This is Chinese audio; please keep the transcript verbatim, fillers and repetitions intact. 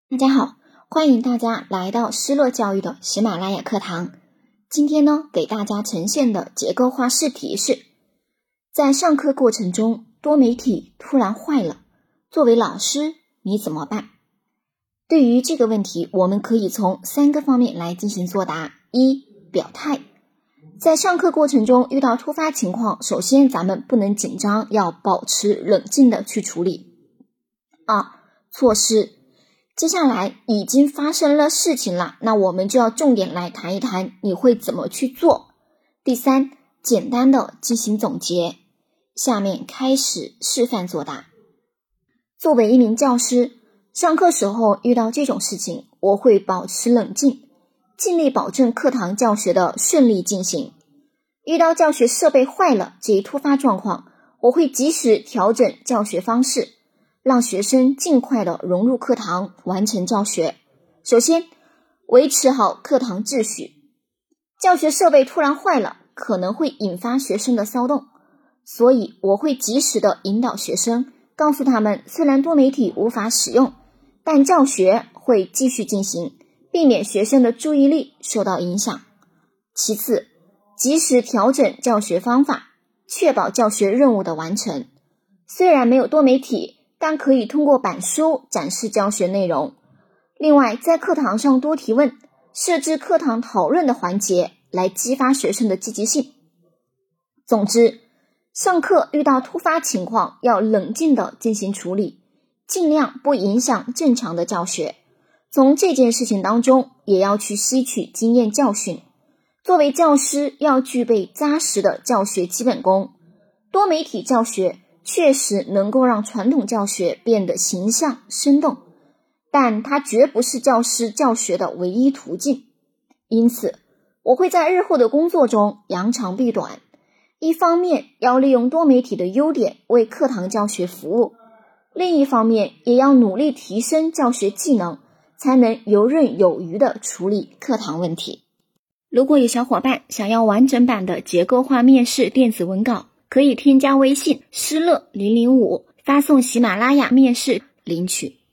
大家好，欢迎大家来到失乐教育的喜马拉雅课堂。今天呢，给大家呈现的结构化试题是：在上课过程中，多媒体突然坏了，作为老师，你怎么办？对于这个问题，我们可以从三个方面来进行作答。一、表态。在上课过程中遇到突发情况，首先咱们不能紧张，要保持冷静的去处理。二、措施。接下来已经发生了事情了，那我们就要重点来谈一谈你会怎么去做。第三，简单的进行总结。下面开始示范作答。作为一名教师，上课时候遇到这种事情，我会保持冷静，尽力保证课堂教学的顺利进行。遇到教学设备坏了这一突发状况，我会及时调整教学方式，让学生尽快的融入课堂，完成教学。首先，维持好课堂秩序。教学设备突然坏了，可能会引发学生的骚动，所以我会及时的引导学生，告诉他们虽然多媒体无法使用，但教学会继续进行，避免学生的注意力受到影响。其次，及时调整教学方法，确保教学任务的完成。虽然没有多媒体，但可以通过板书展示教学内容。另外，在课堂上多提问，设置课堂讨论的环节，来激发学生的积极性。总之，上课遇到突发情况，要冷静地进行处理，尽量不影响正常的教学。从这件事情当中，也要去吸取经验教训。作为教师，要具备扎实的教学基本功。多媒体教学确实能够让传统教学变得形象生动，但它绝不是教师教学的唯一途径。因此，我会在日后的工作中扬长避短，一方面要利用多媒体的优点为课堂教学服务，另一方面也要努力提升教学技能，才能游刃有余地处理课堂问题。如果有小伙伴想要完整版的结构化面试电子文稿，可以添加微信失乐零零五，发送喜马拉雅面试领取。